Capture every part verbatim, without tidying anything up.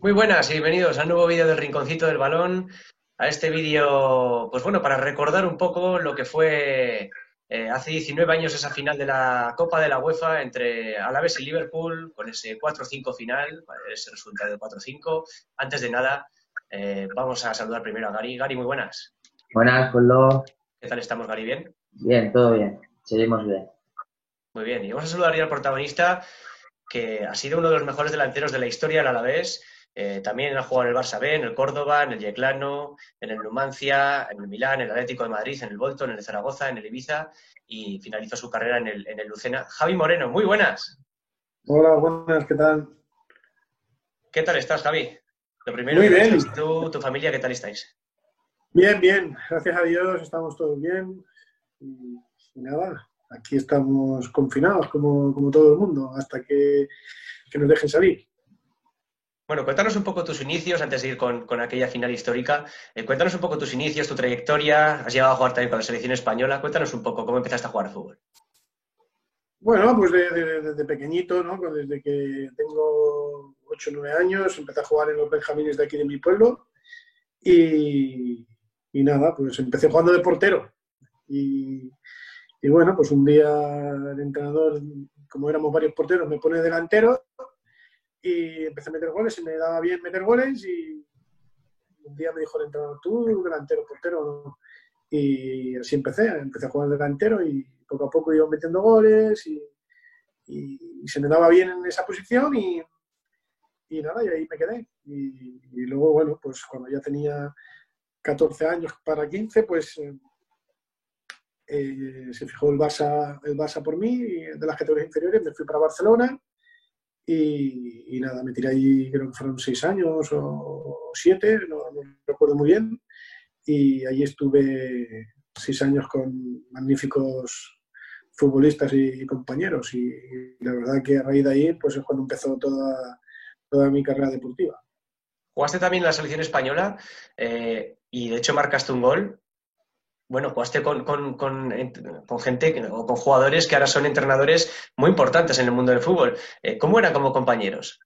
Muy buenas y bienvenidos al nuevo vídeo del Rinconcito del Balón. A este vídeo, pues bueno, para recordar un poco lo que fue eh, hace diecinueve años esa final de la Copa de la UEFA entre Alavés y Liverpool, con ese cuatro cinco final, ese resultado de cuatro cinco. Antes de nada, eh, vamos a saludar primero a Gary. Gary, muy buenas. Buenas, Coldo. ¿Qué tal estamos, Gary? ¿Bien? Bien, todo bien. Seguimos bien. Muy bien. Y vamos a saludar ya al protagonista, que ha sido uno de los mejores delanteros de la historia del Alavés. Eh, también ha jugado en el Barça B, en el Córdoba, en el Yeclano, en el Numancia, en el Milán, en el Atlético de Madrid, en el Bolton, en el Zaragoza, en el Ibiza y finalizó su carrera en el, en el Lucena. Javi Moreno, muy buenas. Hola, buenas, ¿qué tal? ¿Qué tal estás, Javi? Lo primero, Muy ¿qué tal bien, estás tú, tu familia, qué tal estáis? bien, bien. Gracias a Dios estamos todos bien. Y, y nada, aquí estamos confinados como, como todo el mundo hasta que, que nos dejen salir. Bueno, cuéntanos un poco tus inicios antes de ir con, con aquella final histórica. Eh, cuéntanos un poco tus inicios, tu trayectoria. Has llegado a jugar también con la selección española. Cuéntanos un poco cómo empezaste a jugar al fútbol. Bueno, pues desde de, de, de pequeñito, ¿no? Pues desde que tengo ocho o nueve años empecé a jugar en los Benjamines de aquí de mi pueblo y, y nada, pues empecé jugando de portero. Y, y bueno, pues un día el entrenador, como éramos varios porteros, me pone delantero y empecé a meter goles, se me daba bien meter goles y un día me dijo el entrenador, tú delantero, portero, ¿no? Y así empecé, empecé a jugar delantero y poco a poco iba metiendo goles y, y, y se me daba bien en esa posición y, y nada, y ahí me quedé. Y, y luego, bueno, pues cuando ya tenía catorce años para quince, pues eh, eh, se fijó el Barça, el Barça por mí, y de las categorías inferiores me fui para Barcelona. Y, y, nada, me tiré ahí, creo que fueron seis años o siete, no, no recuerdo muy bien. Y allí estuve seis años con magníficos futbolistas y, y compañeros. Y, y, la verdad que a raíz de ahí pues es cuando empezó toda, toda mi carrera deportiva. Jugaste también en la selección española eh, y de hecho marcaste un gol. Bueno, jugaste con, con, con, con gente o con jugadores que ahora son entrenadores muy importantes en el mundo del fútbol. Eh, ¿Cómo eran como compañeros?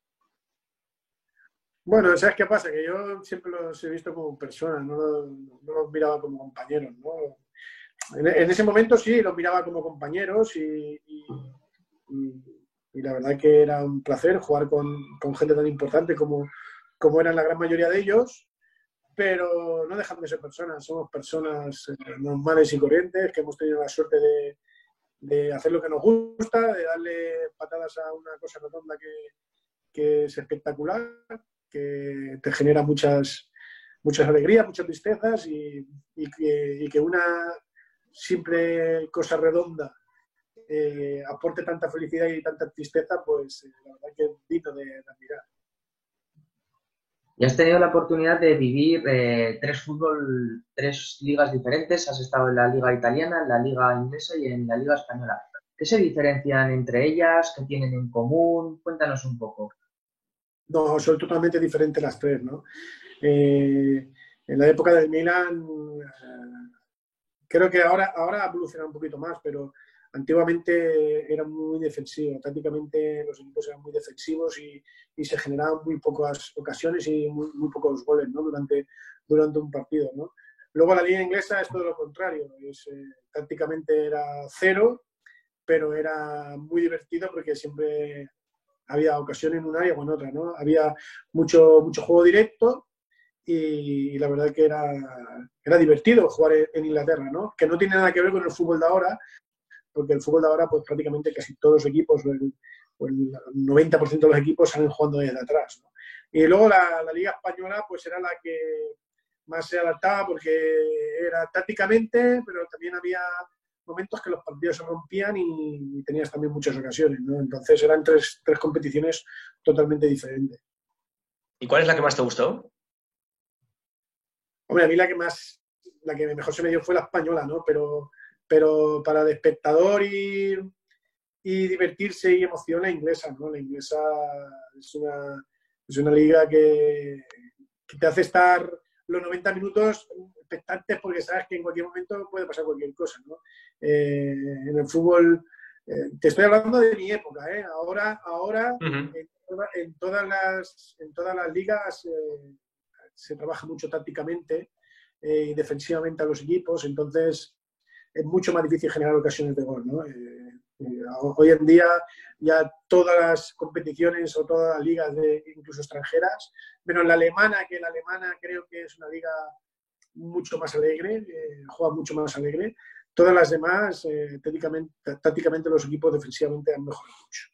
Bueno, ¿sabes qué pasa? Que yo siempre los he visto como personas, no los, no los miraba como compañeros, ¿no? En, en, ese momento sí, los miraba como compañeros y, y, y, y la verdad que era un placer jugar con, con gente tan importante como, como eran la gran mayoría de ellos, pero no dejan de ser personas, somos personas eh, normales y corrientes que hemos tenido la suerte de, de hacer lo que nos gusta, de darle patadas a una cosa redonda que, que es espectacular, que te genera muchas, muchas alegrías, muchas tristezas y, y, que, y que una simple cosa redonda eh, aporte tanta felicidad y tanta tristeza, pues eh, la verdad que es digno de, de admirar. Y has tenido la oportunidad de vivir eh, tres fútbol, tres ligas diferentes. Has estado en la liga italiana, en la liga inglesa y en la liga española. ¿Qué se diferencian entre ellas? ¿Qué tienen en común? Cuéntanos un poco. No, son totalmente diferentes las tres, ¿no? Eh, en la época del Milan, eh, creo que ahora, ahora ha evolucionado un poquito más, pero antiguamente era muy defensivo. Tácticamente los equipos eran muy defensivos y, y se generaban muy pocas ocasiones y muy, muy pocos goles, ¿no? durante, durante un partido, ¿no? Luego la liga inglesa es todo lo contrario. Es, eh, tácticamente era cero, pero era muy divertido porque siempre había ocasiones en un área o en otra, ¿no? Había mucho, mucho juego directo y, y la verdad que era, era divertido jugar en Inglaterra, ¿no? Que no tiene nada que ver con el fútbol de ahora, porque el fútbol de ahora, pues prácticamente casi todos los equipos, o el, o el noventa por ciento de los equipos salen jugando desde atrás, ¿no? Y luego la, la Liga Española, pues era la que más se adaptaba porque era tácticamente, pero también había momentos que los partidos se rompían y, y tenías también muchas ocasiones, ¿no? Entonces eran tres, tres competiciones totalmente diferentes. ¿Y cuál es la que más te gustó? Hombre, a mí la que más, la que mejor se me dio fue la española, ¿no? Pero, pero para el espectador y, y divertirse y emoción, la inglesa, ¿no? La inglesa es una, es una liga que, que te hace estar los noventa minutos expectantes porque sabes que en cualquier momento puede pasar cualquier cosa, ¿no? Eh, en el fútbol Eh, te estoy hablando de mi época, ¿eh? Ahora, ahora Uh-huh. en, toda, en, todas las, en todas las ligas eh, se trabaja mucho tácticamente eh, y defensivamente a los equipos, entonces es mucho más difícil generar ocasiones de gol, ¿no? Eh, eh, hoy en día ya todas las competiciones o todas las ligas, de, incluso extranjeras, menos la alemana, que la alemana creo que es una liga mucho más alegre, eh, juega mucho más alegre. Todas las demás, eh, tácticamente, tácticamente los equipos defensivamente han mejorado mucho.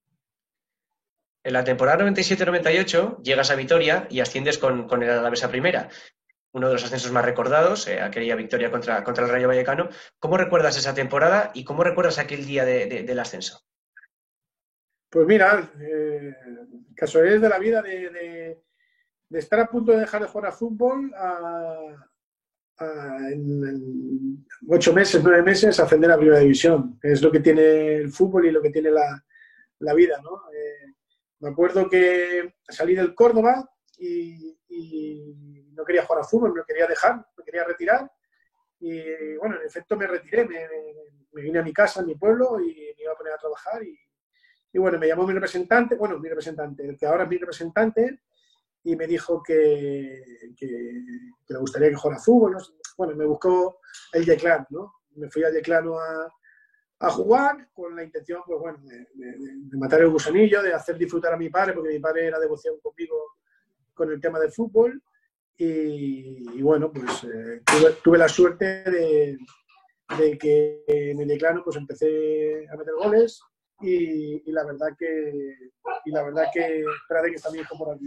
En la temporada noventa y siete noventa y ocho llegas a Vitoria y asciendes con, con el Alavés a primera. Uno de los ascensos más recordados, eh, aquella victoria contra, contra el Rayo Vallecano. ¿Cómo recuerdas esa temporada y cómo recuerdas aquel día de, de, del ascenso? Pues mira, eh, casualidades de la vida de, de, de estar a punto de dejar de jugar a fútbol a, a en, en ocho meses, nueve meses, ascender a primera división. Es lo que tiene el fútbol y lo que tiene la, la vida, ¿no? Eh, me acuerdo que salí del Córdoba y, y no quería jugar a fútbol, me quería dejar, me quería retirar. Y bueno, en efecto me retiré, me, me, me vine a mi casa, a mi pueblo, y me iba a poner a trabajar. Y, y bueno, me llamó mi representante, bueno, mi representante, el que ahora es mi representante, y me dijo que, que, que le gustaría que jugara fútbol, ¿no? Bueno, me buscó el Yeclano, ¿no? Me fui al Yeclano a, a jugar con la intención, pues bueno, de, de, de matar el gusanillo, de hacer disfrutar a mi padre, porque mi padre era devoción conmigo con el tema del fútbol. Y, y bueno, pues eh, tuve, tuve la suerte de, de que en el Yeclano pues empecé a meter goles y, y la verdad que y la verdad que espérate que está mi hijo por aquí.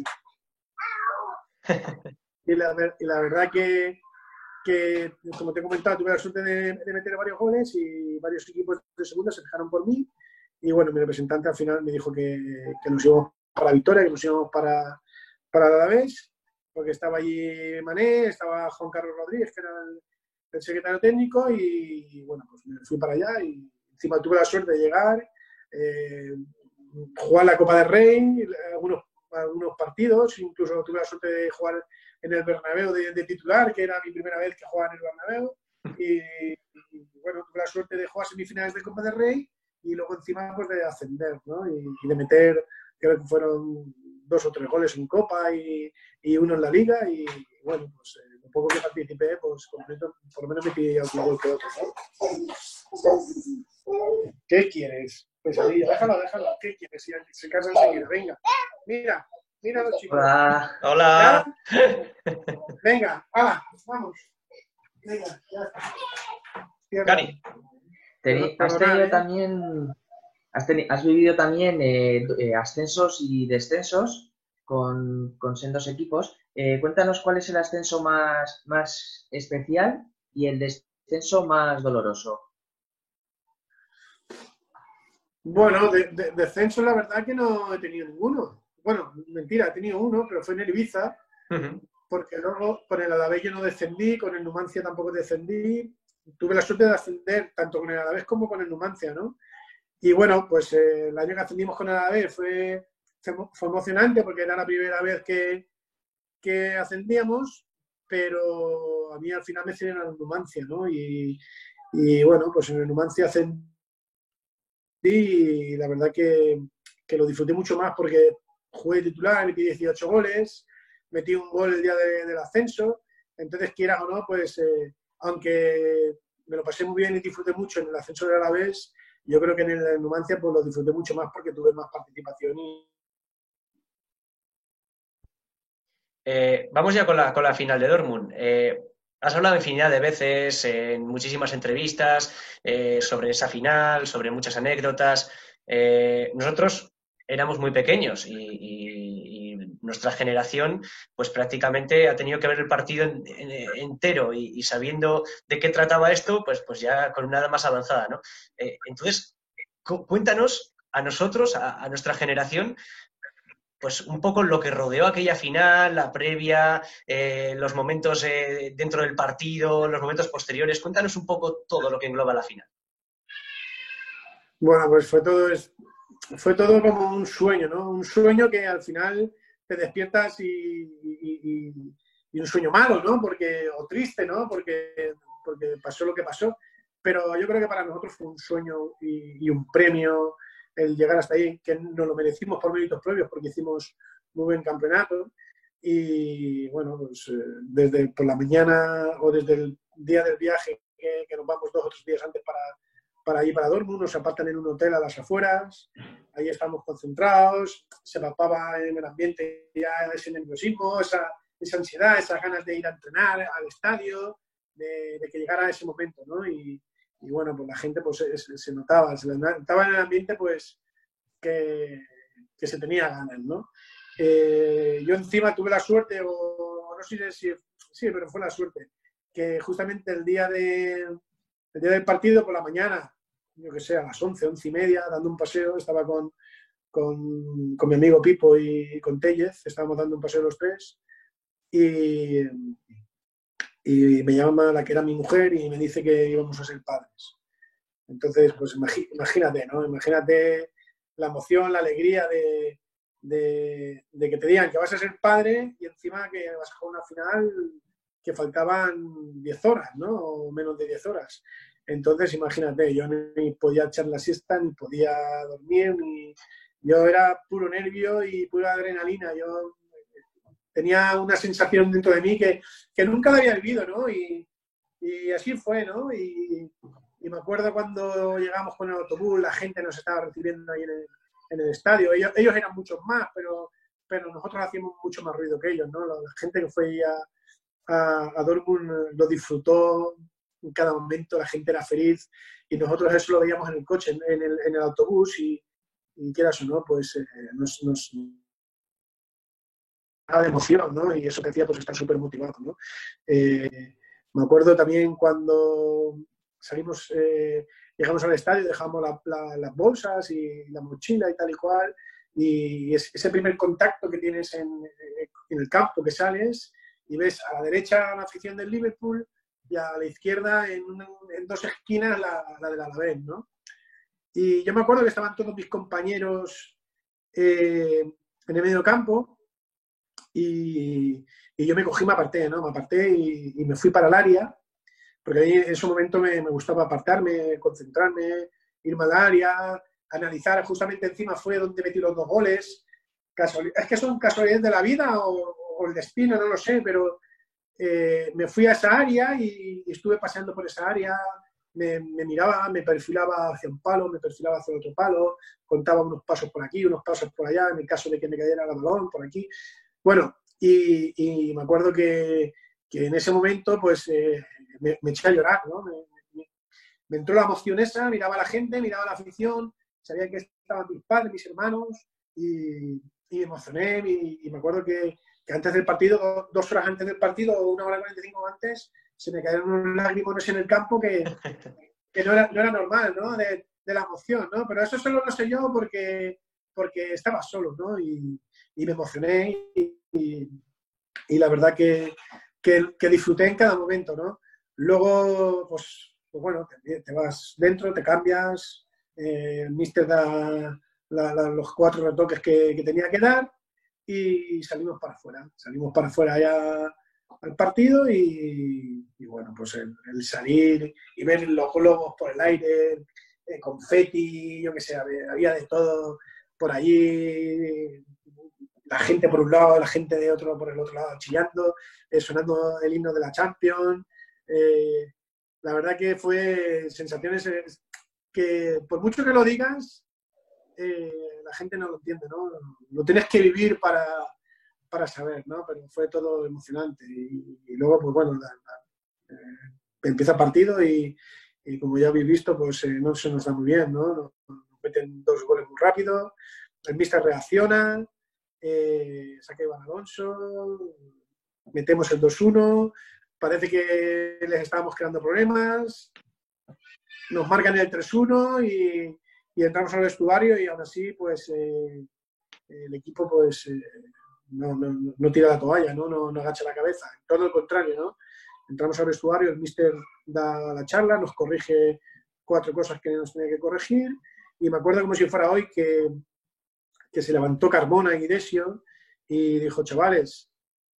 Y la, y la verdad que, que, como te he comentado, tuve la suerte de, de meter varios goles y varios equipos de segunda se fijaron por mí. Y bueno, mi representante al final me dijo que, que nos íbamos para Vitoria, que nos íbamos para, para el Alavés, porque estaba allí Mané, estaba Juan Carlos Rodríguez, que era el, el secretario técnico, y, y bueno, pues me fui para allá y encima tuve la suerte de llegar, eh, jugar la Copa del Rey, algunos, algunos partidos, incluso tuve la suerte de jugar en el Bernabéu de, de titular, que era mi primera vez que jugaba en el Bernabéu, y, y bueno, tuve la suerte de jugar semifinales de Copa del Rey y luego encima pues de ascender, ¿no? Y, y de meter, creo que fueron dos o tres goles en Copa y, y uno en la Liga, y bueno, pues eh, un poco que participé, pues completo, por lo menos me pillé algún gol que otro, ¿no? ¿Qué quieres? Pesadilla, déjalo, déjalo. ¿Qué quieres? Si se casa enseguida, venga. Mira, mira los chicos. Hola. Hola. Venga, ah, vamos. Venga, ya está. Gary. Teni, has tenido también, has, teni, has vivido también eh, eh, ascensos y descensos con, con sendos equipos. Eh, cuéntanos cuál es el ascenso más, más especial y el descenso más doloroso. Bueno, de, de, descenso la verdad que no he tenido ninguno. Bueno, mentira, he tenido uno, pero fue en el Ibiza, uh-huh. Porque luego con el Alavés yo no descendí, con el Numancia tampoco descendí. Tuve la suerte de ascender tanto con el Alavés como con el Numancia, ¿no? Y bueno, pues eh, el año que ascendimos con el Alavés fue, fue emocionante porque era la primera vez que, que ascendíamos, pero a mí al final me cedieron al Numancia, ¿no? Y, y bueno, pues en el Numancia ascendí y la verdad que, que lo disfruté mucho más porque jugué titular, metí dieciocho goles, metí un gol el día de, del ascenso, entonces quieras o no, pues eh, aunque me lo pasé muy bien y disfruté mucho en el ascenso de Alavés, yo creo que en el Numancia pues lo disfruté mucho más porque tuve más participación. Y... Eh, vamos ya con la, con la final de Dortmund. Eh, has hablado infinidad de veces, eh, en muchísimas entrevistas, eh, sobre esa final, sobre muchas anécdotas. Eh, nosotros éramos muy pequeños y, y, y nuestra generación pues prácticamente ha tenido que ver el partido en, en, entero y, y sabiendo de qué trataba esto, pues, pues ya con una edad más avanzada, ¿no? Eh, entonces, cu cuéntanos a nosotros, a, a nuestra generación, pues un poco lo que rodeó aquella final, la previa, eh, los momentos eh, dentro del partido, los momentos posteriores. Cuéntanos un poco todo lo que engloba la final. Bueno, pues fue todo, fue todo como un sueño, ¿no? Un sueño que al final te despiertas y, y, y, y un sueño malo, ¿no? Porque, o triste, ¿no? Porque, porque pasó lo que pasó. pero yo creo que para nosotros fue un sueño y, y un premio el llegar hasta ahí, que nos lo merecimos por méritos propios, porque hicimos muy buen campeonato. Y bueno, pues desde por la mañana o desde el día del viaje, que, que nos vamos dos o tres días antes para, para ir para Dortmund, nos apartan en un hotel a las afueras, ahí estamos concentrados, se palpaba en el ambiente ya ese nerviosismo, esa, esa ansiedad, esas ganas de ir a entrenar al estadio, de, de que llegara ese momento, ¿no? Y, y bueno, pues la gente pues se, se notaba, se notaba en el ambiente pues que, que se tenía ganas, ¿no? Eh, yo encima tuve la suerte, o no sé si, sí, pero fue la suerte, que justamente el día, de, el día del partido por la mañana, yo que sé, a las once, once y media, dando un paseo, estaba con, con, con mi amigo Pipo y con Tellez, estábamos dando un paseo los tres, y, y me llama la que era mi mujer y me dice que íbamos a ser padres. Entonces, pues imagínate, ¿no? Imagínate la emoción, la alegría de, de, de que te digan que vas a ser padre y encima que vas a jugar una final que faltaban diez horas, ¿no? O menos de diez horas. Entonces, imagínate, yo ni podía echar la siesta, ni podía dormir, ni... yo era puro nervio y pura adrenalina. Yo tenía una sensación dentro de mí que, que nunca la había vivido, ¿no? Y, y así fue, ¿no? Y, y me acuerdo cuando llegamos con el autobús, la gente nos estaba recibiendo ahí en el, en el estadio. Ellos, ellos eran muchos más, pero, pero nosotros hacíamos mucho más ruido que ellos, ¿no? La, la gente que fue a, a, a Dortmund lo disfrutó en cada momento, la gente era feliz y nosotros eso lo veíamos en el coche, en, en, el, en el autobús y, y quieras o no, pues eh, nos... nos de emoción, ¿no? Y eso que hacía pues estar súper motivado, ¿no? Eh, me acuerdo también cuando salimos, eh, llegamos al estadio, dejamos la, la, las bolsas y la mochila y tal y cual, y es, ese primer contacto que tienes en, en el campo, que sales y ves a la derecha la afición del Liverpool y a la izquierda en, en dos esquinas la, la del Alavés, ¿no? Y yo me acuerdo que estaban todos mis compañeros eh, en el medio campo. Y, y yo me cogí, me aparté, ¿no? Me aparté y, y me fui para el área, porque ahí en ese momento me, me gustaba apartarme, concentrarme, irme al área, analizar. Justamente encima fue donde metí los dos goles. Casual, es que son casualidades de la vida o, o el destino, no lo sé, pero eh, me fui a esa área y, y estuve paseando por esa área. Me, me miraba, me perfilaba hacia un palo, me perfilaba hacia otro palo, contaba unos pasos por aquí, unos pasos por allá, en el caso de que me cayera el balón, por aquí. Bueno, y, y me acuerdo que, que en ese momento pues eh, me, me eché a llorar, ¿no? Me, me, me entró la emoción esa, miraba a la gente, miraba a la afición, sabía que estaban mis padres, mis hermanos, y, y me emocioné. Y, y me acuerdo que, que antes del partido, dos horas antes del partido, o una hora y cuarenta y cinco antes, se me cayeron unos lágrimas en el campo que, que no, era, no era normal, ¿no? De, de la emoción, ¿no? Pero eso solo lo sé yo porque, porque estaba solo, ¿no? Y, y me emocioné y, y, y la verdad que, que, que disfruté en cada momento, ¿no? Luego, pues, pues bueno, te, te vas dentro, te cambias, eh, el míster da la, la, los cuatro retoques que, que tenía que dar y salimos para afuera. Salimos para afuera ya al partido y, y bueno, pues el, el salir y ver los globos por el aire, eh, confeti, yo qué sé, había, había de todo por allí, la gente por un lado, la gente de otro por el otro lado chillando, eh, sonando el himno de la Champions. Eh, la verdad que fue sensaciones que por mucho que lo digas, eh, la gente no lo entiende, ¿no? Lo tienes que vivir para, para saber, ¿no? Pero fue todo emocionante. Y, y luego, pues bueno, la, la, eh, empieza el partido y, y como ya habéis visto, pues eh, no se nos da muy bien, ¿no? Nos, nos meten dos goles muy rápido, el míster reacciona, eh, saca Iván Alonso, metemos el dos uno, parece que les estábamos creando problemas, nos marcan el tres uno y, y entramos al vestuario y aún así, pues eh, el equipo pues eh, no, no, no tira la toalla, ¿no? No, no agacha la cabeza, todo lo contrario, ¿no? Entramos al vestuario, el míster da la charla, nos corrige cuatro cosas que nos tenía que corregir y me acuerdo como si fuera hoy que, que se levantó Carmona y Desio y dijo, chavales,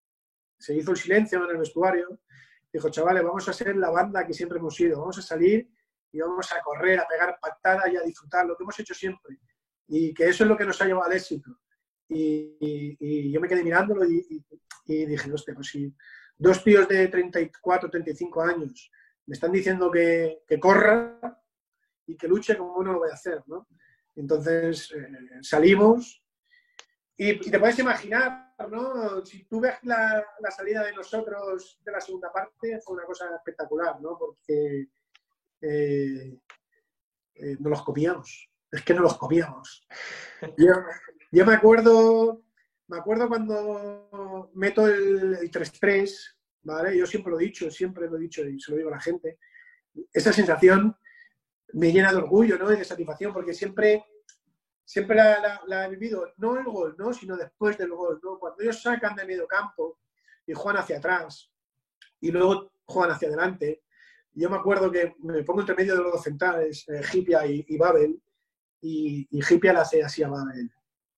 se hizo el silencio en el vestuario, dijo, chavales, vamos a ser la banda que siempre hemos sido, vamos a salir y vamos a correr, a pegar patadas y a disfrutar, lo que hemos hecho siempre. Y que eso es lo que nos ha llevado al éxito. Y, y, y yo me quedé mirándolo y, y, y dije, hostia, pues si dos tíos de treinta y cuatro, treinta y cinco años me están diciendo que, que corra y que luche, ¿cómo no lo voy a hacer, ¿no? Entonces eh, salimos y, y te puedes imaginar, ¿no? Si tú ves la, la salida de nosotros de la segunda parte, fue una cosa espectacular, ¿no? Porque eh, eh, no los comíamos. Es que no los comíamos. Yo, yo me acuerdo, me acuerdo cuando meto el, el tres tres, ¿vale? Yo siempre lo he dicho, siempre lo he dicho y se lo digo a la gente. Esa sensación me llena de orgullo, ¿no? Y de satisfacción, porque siempre, siempre la, la, la he vivido, no el gol, ¿no? Sino después del gol, ¿no? Cuando ellos sacan de medio campo y juegan hacia atrás y luego juegan hacia adelante. Yo me acuerdo que me pongo entre medio de los dos centrales, eh, Hipia y, y Babel, y, y Hipia le hace así a Babel.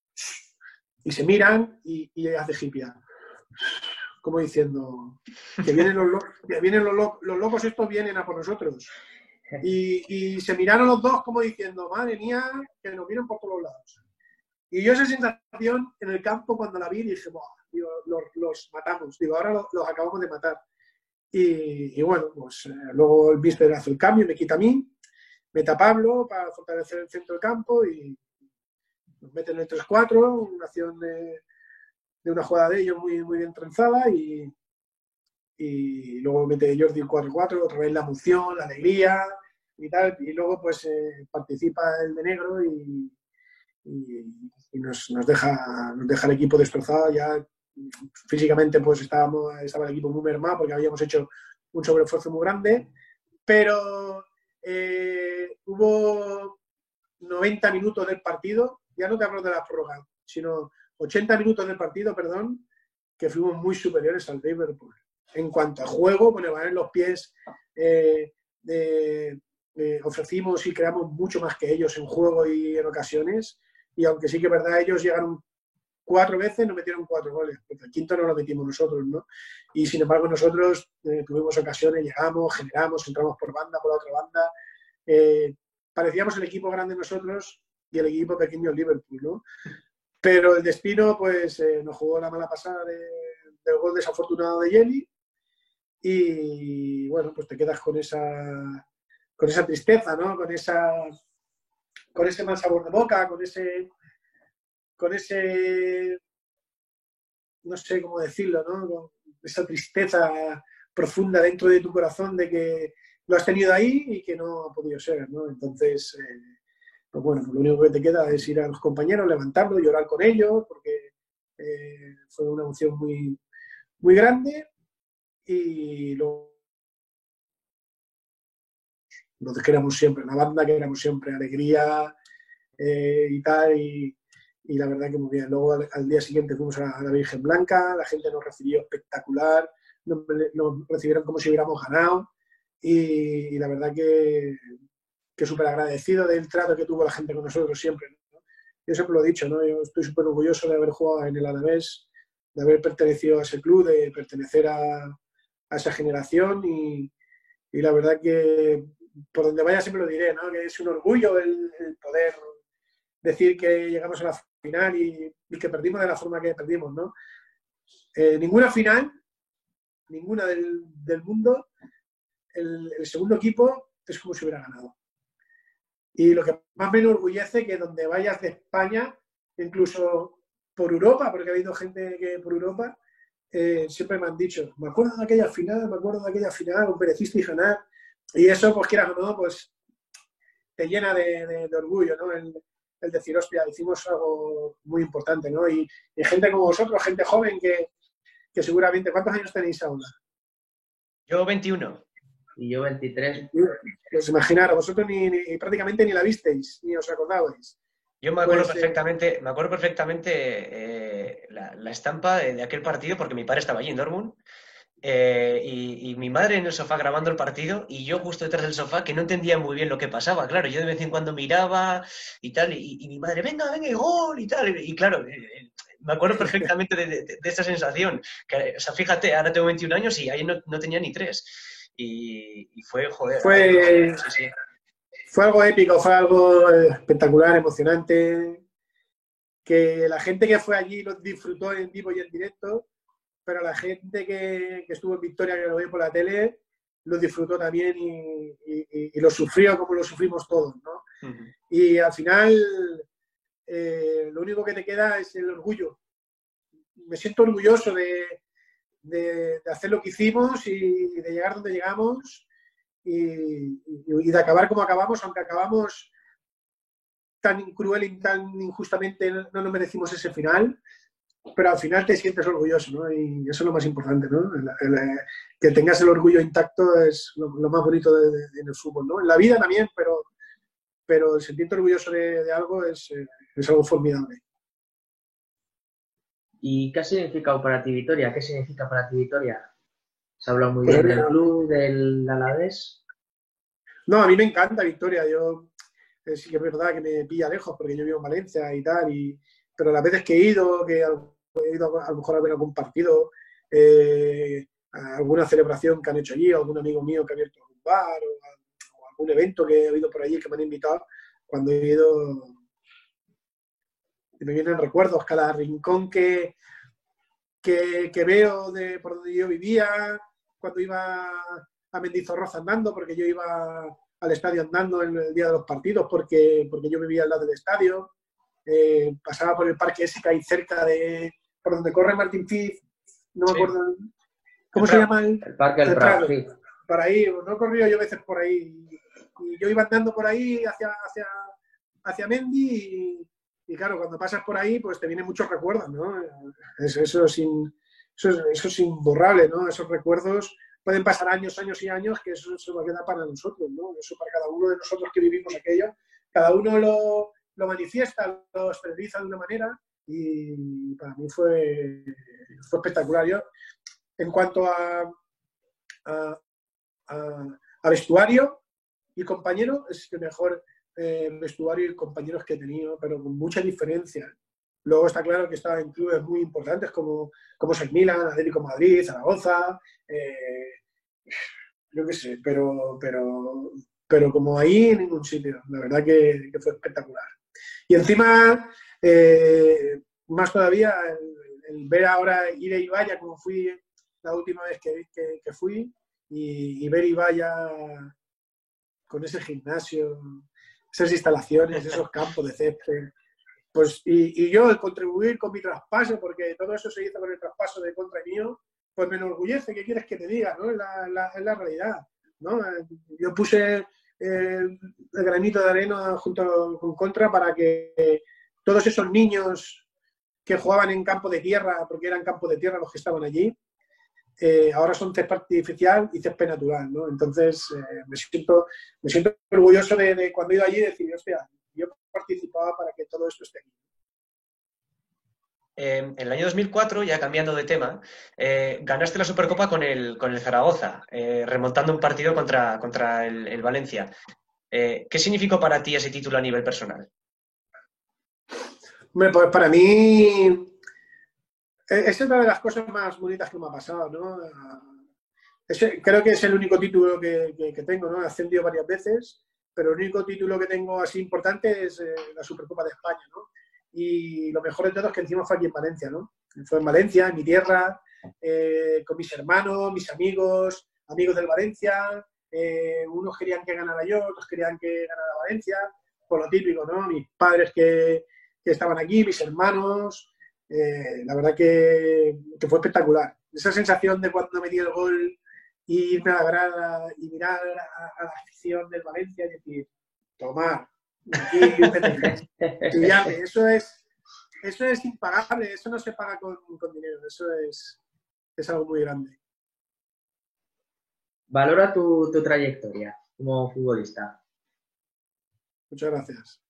Y se miran y, y hace Hipia. Como diciendo que vienen los, lo que vienen los, lo los locos estos vienen a por nosotros. Y, y se miraron los dos como diciendo, madre mía, que nos vienen por todos lados. Y yo esa sensación en el campo cuando la vi dije, digo, los, los matamos, digo, ahora los, los acabamos de matar. Y, y bueno, pues eh, luego el míster hace el cambio, me quita a mí, mete a Pablo para fortalecer el centro del campo y nos meten en el tres cuatro, una acción de, de una jugada de ellos muy, muy bien trenzada y, y luego mete Jordi el cuatro cuatro, otra vez la emoción, la alegría y tal, y luego pues eh, participa el de negro y, y, y nos, nos, deja, nos deja el equipo destrozado ya. Físicamente pues estábamos, estaba el equipo muy mermado porque habíamos hecho un sobreesfuerzo muy grande, pero eh, hubo noventa minutos del partido, ya no te hablo de la prórroga, sino ochenta minutos del partido, perdón, que fuimos muy superiores al Liverpool. En cuanto a juego, bueno, van en los pies, eh, eh, eh, ofrecimos y creamos mucho más que ellos en juego y en ocasiones, y aunque sí que es verdad, ellos llegaron cuatro veces, nos metieron cuatro goles, porque el quinto no lo metimos nosotros, ¿no? Y sin embargo nosotros eh, tuvimos ocasiones, llegamos, generamos, entramos por banda, por la otra banda, eh, parecíamos el equipo grande nosotros y el equipo pequeño el Liverpool, ¿no? Pero el destino, pues, eh, nos jugó la mala pasada de, del gol desafortunado de Yeli y, bueno, pues te quedas con esa, con esa tristeza, ¿no? Con, esa, con ese mal sabor de boca, con ese... con ese, no sé cómo decirlo, ¿no? Con esa tristeza profunda dentro de tu corazón de que lo has tenido ahí y que no ha podido ser, ¿no? Entonces, eh, pues bueno, pues lo único que te queda es ir a los compañeros, levantarlos, llorar con ellos, porque eh, fue una emoción muy, muy grande y lo, lo que éramos siempre, la banda que éramos siempre, alegría eh, y tal, y Y la verdad que muy bien. Luego al, al día siguiente fuimos a, a la Virgen Blanca, la gente nos recibió espectacular, nos, nos recibieron como si hubiéramos ganado y, y la verdad que, que súper agradecido del trato que tuvo la gente con nosotros siempre, ¿no? Yo siempre lo he dicho, ¿no? Yo estoy súper orgulloso de haber jugado en el Alavés, de haber pertenecido a ese club, de pertenecer a, a esa generación y, y la verdad que por donde vaya siempre lo diré, ¿no? Que es un orgullo el, el poder decir que llegamos a la final y, y que perdimos de la forma que perdimos, ¿no? Eh, ninguna final, ninguna del, del mundo, el, el segundo equipo es como si hubiera ganado. Y lo que más me enorgullece que donde vayas de España, incluso por Europa, porque ha habido gente que por Europa, eh, siempre me han dicho, me acuerdo de aquella final, me acuerdo de aquella final, con Perecista y Janar, y eso, pues quieras o no, pues te llena de, de, de orgullo, ¿no? El, el decir, hostia, hicimos algo muy importante, ¿no? Y, y gente como vosotros, gente joven que, que seguramente... ¿Cuántos años tenéis ahora? Yo veintiuno. Y yo veintitrés. Pues imaginar, vosotros ni, ni, prácticamente ni la visteis, ni os acordabais. Yo me acuerdo Pues, perfectamente, eh... me acuerdo perfectamente eh, la, la estampa de, de aquel partido, porque mi padre estaba allí en Dortmund. Eh, y, y mi madre en el sofá grabando el partido y yo justo detrás del sofá que no entendía muy bien lo que pasaba, claro, yo de vez en cuando miraba y tal, y, y mi madre, venga, venga, gol y tal, y, y claro, eh, me acuerdo perfectamente de, de, de esa sensación, que, o sea, fíjate, ahora tengo veintiún años y ahí no, no tenía ni tres, y, y fue, joder, fue, sí, sí. fue algo épico, fue algo espectacular, emocionante, que la gente que fue allí lo disfrutó en vivo y en directo, pero la gente que, que estuvo en Victoria, que lo vio por la tele, lo disfrutó también y, y, y lo sufrió como lo sufrimos todos, ¿no? Uh-huh. Y al final, eh, lo único que te queda es el orgullo. Me siento orgulloso de, de, de hacer lo que hicimos y de llegar donde llegamos y, y, y de acabar como acabamos, aunque acabamos tan cruel y tan injustamente, no nos merecimos ese final, pero al final te sientes orgulloso, ¿no? Y eso es lo más importante, ¿no? El, el, que tengas el orgullo intacto es lo, lo más bonito de, de, de en el fútbol, ¿no? En la vida también, pero, pero el sentirte orgulloso de, de algo es, es algo formidable. ¿Y qué ha significado para ti Vitoria? ¿Qué significa para ti Vitoria? ¿Se ha hablado muy bien del club, del Alavés? No, a mí me encanta Victoria. Yo eh, sí que es verdad que me pilla lejos porque yo vivo en Valencia y tal, y, pero las veces que he ido, que he ido a, a lo mejor a ver algún partido, eh, a alguna celebración que han hecho allí, algún amigo mío que ha abierto algún bar o, a, o algún evento que he habido por allí que me han invitado, cuando he ido me vienen recuerdos, cada rincón que, que, que veo de por donde yo vivía, cuando iba a Mendizorroza andando, porque yo iba al estadio andando en el día de los partidos, porque, porque yo vivía al lado del estadio, eh, pasaba por el parque ese que hay cerca de, por donde corre Martín Fiz, no me sí. acuerdo, ¿cómo el se llama? El, el Parque del Prado, sí. Por ahí, no he corrido yo a veces por ahí, y yo iba andando por ahí hacia, hacia, hacia Mendi y Y claro, cuando pasas por ahí, pues te vienen muchos recuerdos, ¿no? Eso, eso, es, in, eso, es, eso es imborrable, ¿no? Esos recuerdos pueden pasar años, años y años, que eso se va a quedar para nosotros, ¿no? Eso para cada uno de nosotros que vivimos aquello. Cada uno lo, lo manifiesta, lo exterioriza de una manera y para mí fue, fue espectacular. Yo, en cuanto a, a, a, a vestuario y compañero, es el mejor... Eh, vestuario y compañeros que he tenido, pero con mucha diferencia. Luego está claro que estaba en clubes muy importantes como, como es el Milan, Atlético Madrid, Zaragoza, eh, yo qué sé, pero, pero, pero como ahí en ningún sitio. La verdad que, que fue espectacular. Y encima, eh, más todavía, el, el ver ahora ir a Ibaya como fui la última vez que, que, que fui y, y ver Ibaya con ese gimnasio, esas instalaciones, esos campos de césped. Pues, y, y yo el contribuir con mi traspaso, porque todo eso se hizo con el traspaso de Contra mío, pues me enorgullece. ¿Qué quieres que te diga? ¿No? Es la, la, es la realidad, ¿no? Yo puse eh, el granito de arena junto con Contra para que todos esos niños que jugaban en campo de tierra, porque eran campos de tierra los que estaban allí, Eh, ahora son césped artificial y césped natural, ¿no? Entonces, eh, me, siento, me siento orgulloso de, de cuando he ido allí y decir, hostia, yo participaba para que todo esto esté aquí. Eh, en el año dos mil cuatro, ya cambiando de tema, eh, ganaste la Supercopa con el, con el Zaragoza, eh, remontando un partido contra, contra el, el Valencia. Eh, ¿Qué significó para ti ese título a nivel personal? Bueno, pues para mí... Es una de las cosas más bonitas que me ha pasado, ¿no? Es, creo que es el único título que, que, que tengo, ¿no? He ascendido varias veces, pero el único título que tengo así importante es eh, la Supercopa de España, ¿no? Y lo mejor de todo es que encima fue aquí en Valencia, ¿no? Fue en Valencia, en mi tierra, eh, con mis hermanos, mis amigos, amigos del Valencia. Eh, unos querían que ganara yo, otros querían que ganara Valencia, por lo típico, ¿no? Mis padres que, que estaban aquí, mis hermanos... Eh, la verdad que, que fue espectacular. Esa sensación de cuando metí el gol y irme a la grada y mirar a, a la afición del Valencia y decir, tomar, aquí, llame. Eso es, eso es impagable, eso no se paga con, con dinero, eso es, es algo muy grande. Valora tu, tu trayectoria como futbolista. Muchas gracias.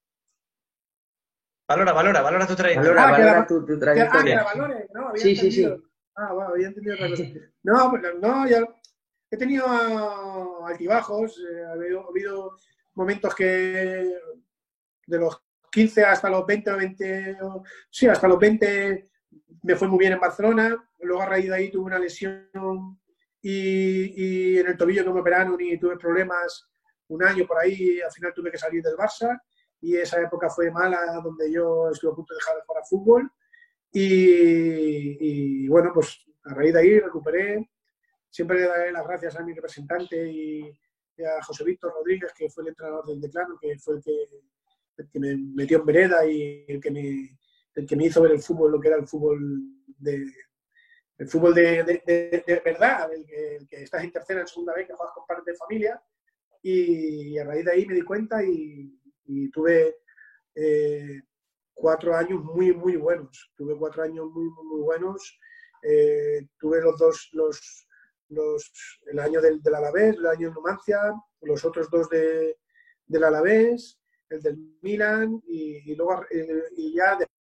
Valora, valora, valora tu trayectoria. Valora, ah, valora la, tu, tu trayectoria. Ah, que la valore, ¿no? Había sí, sí, sí. Ah, bueno, había entendido otra cosa. No, pues no, ya he tenido altibajos, eh, ha habido, ha habido momentos que de los quince hasta los veinte, veinte, sí, hasta los veinte me fue muy bien en Barcelona, luego a raíz de ahí tuve una lesión y, y en el tobillo no me operaron y tuve problemas un año por ahí, al final tuve que salir del Barça y esa época fue mala, donde yo estuve a punto de dejar de jugar a fútbol y, y bueno, pues a raíz de ahí recuperé. Siempre le daré las gracias a mi representante y, y a José Víctor Rodríguez, que fue el entrenador del Declano, que fue el que, el que me metió en vereda y el que, me, el que me hizo ver el fútbol, lo que era el fútbol de, el fútbol de, de, de, de verdad, el que, el que estás en tercera, en segunda vez, que juegas con padres de familia. Y a raíz de ahí me di cuenta y, y tuve eh, cuatro años muy, muy buenos. Tuve cuatro años muy, muy, muy buenos. Eh, tuve los dos, los, los, el año del, del Alavés, el año de Numancia, los otros dos de, del Alavés, el del Milan y, y luego eh, y ya de,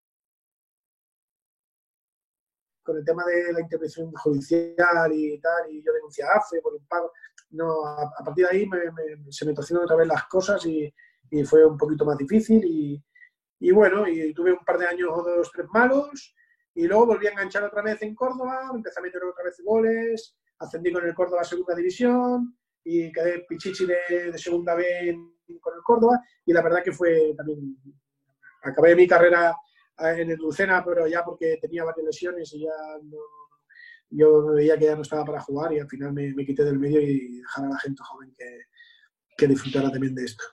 con el tema de la intervención judicial y tal, y yo denuncié a AFE por impago. No, a, a partir de ahí me, me, se me torcieron otra vez las cosas y, y fue un poquito más difícil y, y bueno, y tuve un par de años o dos, tres malos y luego volví a enganchar otra vez en Córdoba, empecé a meter otra vez goles, ascendí con el Córdoba a segunda división y quedé pichichi de, de segunda B con el Córdoba y la verdad que fue también, acabé mi carrera en el Lucena, pero ya porque tenía varias lesiones y ya no, yo veía que ya no estaba para jugar y al final me, me quité del medio y dejar a la gente joven que, que disfrutara también de esto.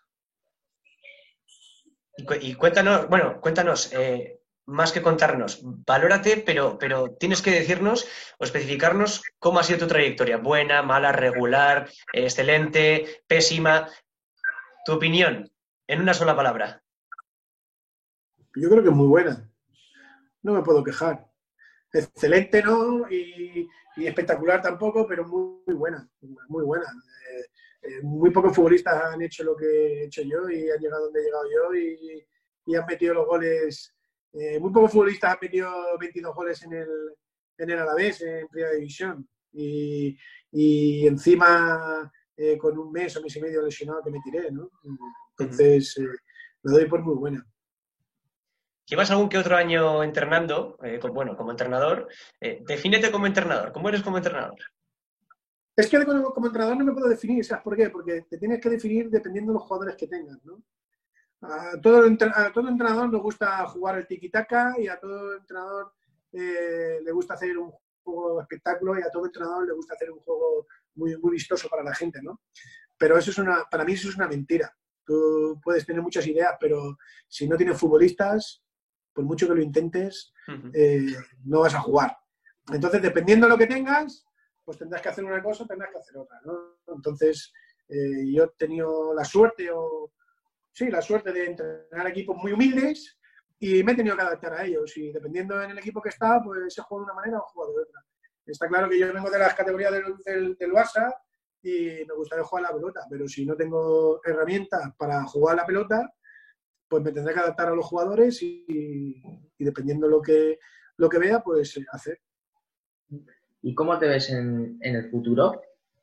Y cuéntanos, bueno, cuéntanos, eh, más que contarnos, valórate, pero, pero tienes que decirnos o especificarnos cómo ha sido tu trayectoria, buena, mala, regular, excelente, pésima. Tu opinión, en una sola palabra. Yo creo que es muy buena. No me puedo quejar. Excelente, ¿no? Y, y espectacular tampoco, pero muy, muy buena. Muy buena. Eh, eh, muy pocos futbolistas han hecho lo que he hecho yo y han llegado donde he llegado yo y, y han metido los goles. Eh, muy pocos futbolistas han metido veintidós goles en el, en el Alavés, en Primera División. Y, y encima, eh, con un mes o mes y medio lesionado que me tiré, ¿no? Entonces, eh, me doy por muy buena. Llevas algún que otro año entrenando, eh, con, bueno, como entrenador. Eh, defínete como entrenador. ¿Cómo eres como entrenador? Es que como, como entrenador no me puedo definir, ¿sabes por qué? Porque te tienes que definir dependiendo de los jugadores que tengas, ¿no? A todo, a todo entrenador le gusta jugar el tiki-taka y a todo entrenador eh, le gusta hacer un juego de espectáculo y a todo entrenador le gusta hacer un juego muy, muy vistoso para la gente, ¿no? Pero eso es una, para mí eso es una mentira. Tú puedes tener muchas ideas, pero si no tienes futbolistas, por mucho que lo intentes, eh, no vas a jugar. Entonces, dependiendo de lo que tengas, pues tendrás que hacer una cosa o tendrás que hacer otra, ¿no? Entonces, eh, yo he tenido la suerte, o sí, la suerte de entrenar equipos muy humildes y me he tenido que adaptar a ellos. Y dependiendo en el equipo que está, pues he jugado de una manera o he jugado de otra. Está claro que yo vengo de las categorías del, del, del Barça y me gustaría jugar la pelota, pero si no tengo herramientas para jugar la pelota, pues me tendré que adaptar a los jugadores y, y dependiendo lo que, lo que vea, pues hacer. ¿Y cómo te ves en, en el futuro?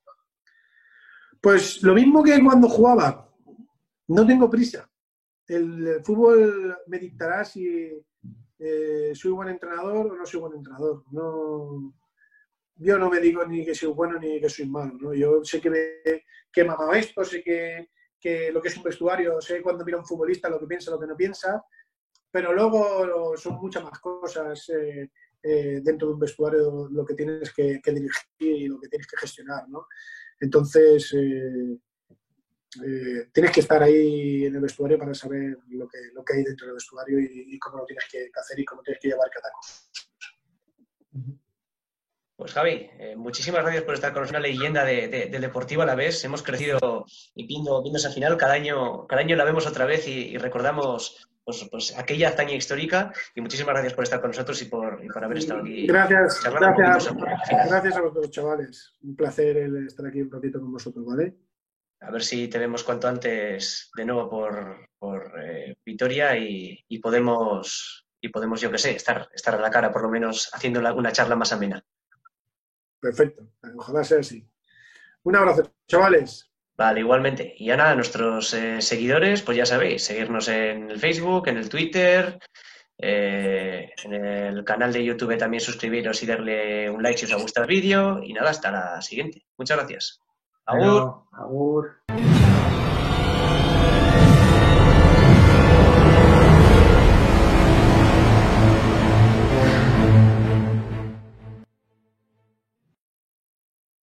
Pues lo mismo que cuando jugaba. No tengo prisa. El, el fútbol me dictará si eh, soy buen entrenador o no soy buen entrenador. No, yo no me digo ni que soy bueno ni que soy malo, ¿no? Yo sé que, me, que he mamado esto, sé que, que lo que es un vestuario, sé cuando mira a un futbolista lo que piensa, lo que no piensa, pero luego son muchas más cosas eh, eh, dentro de un vestuario lo que tienes que, que dirigir y lo que tienes que gestionar, ¿no? Entonces, eh, eh, tienes que estar ahí en el vestuario para saber lo que, lo que hay dentro del vestuario y, y cómo lo tienes que hacer y cómo tienes que llevar cada cosa. Pues Javi, eh, muchísimas gracias por estar con nosotros, una leyenda de, de, del Deportivo Alavés. Hemos crecido y viendo, viendo esa final, cada año, cada año la vemos otra vez y, y recordamos pues, pues, aquella hazaña histórica. Y muchísimas gracias por estar con nosotros y por, y por haber estado aquí. Gracias, gracias, gracias a vosotros, chavales. Un placer el estar aquí un ratito con vosotros, ¿vale? A ver si te vemos cuanto antes de nuevo por, por eh, Vitoria y, y podemos, y podemos, yo qué sé, estar, estar a la cara, por lo menos haciendo una charla más amena. Perfecto, ojalá sea así. Un abrazo, chavales. Vale, igualmente. Y ya nada, nuestros eh, seguidores, pues ya sabéis, seguirnos en el Facebook, en el Twitter, eh, en el canal de YouTube también suscribiros y darle un like si os ha gustado el vídeo. Y nada, hasta la siguiente. Muchas gracias. Agur. Bueno, agur.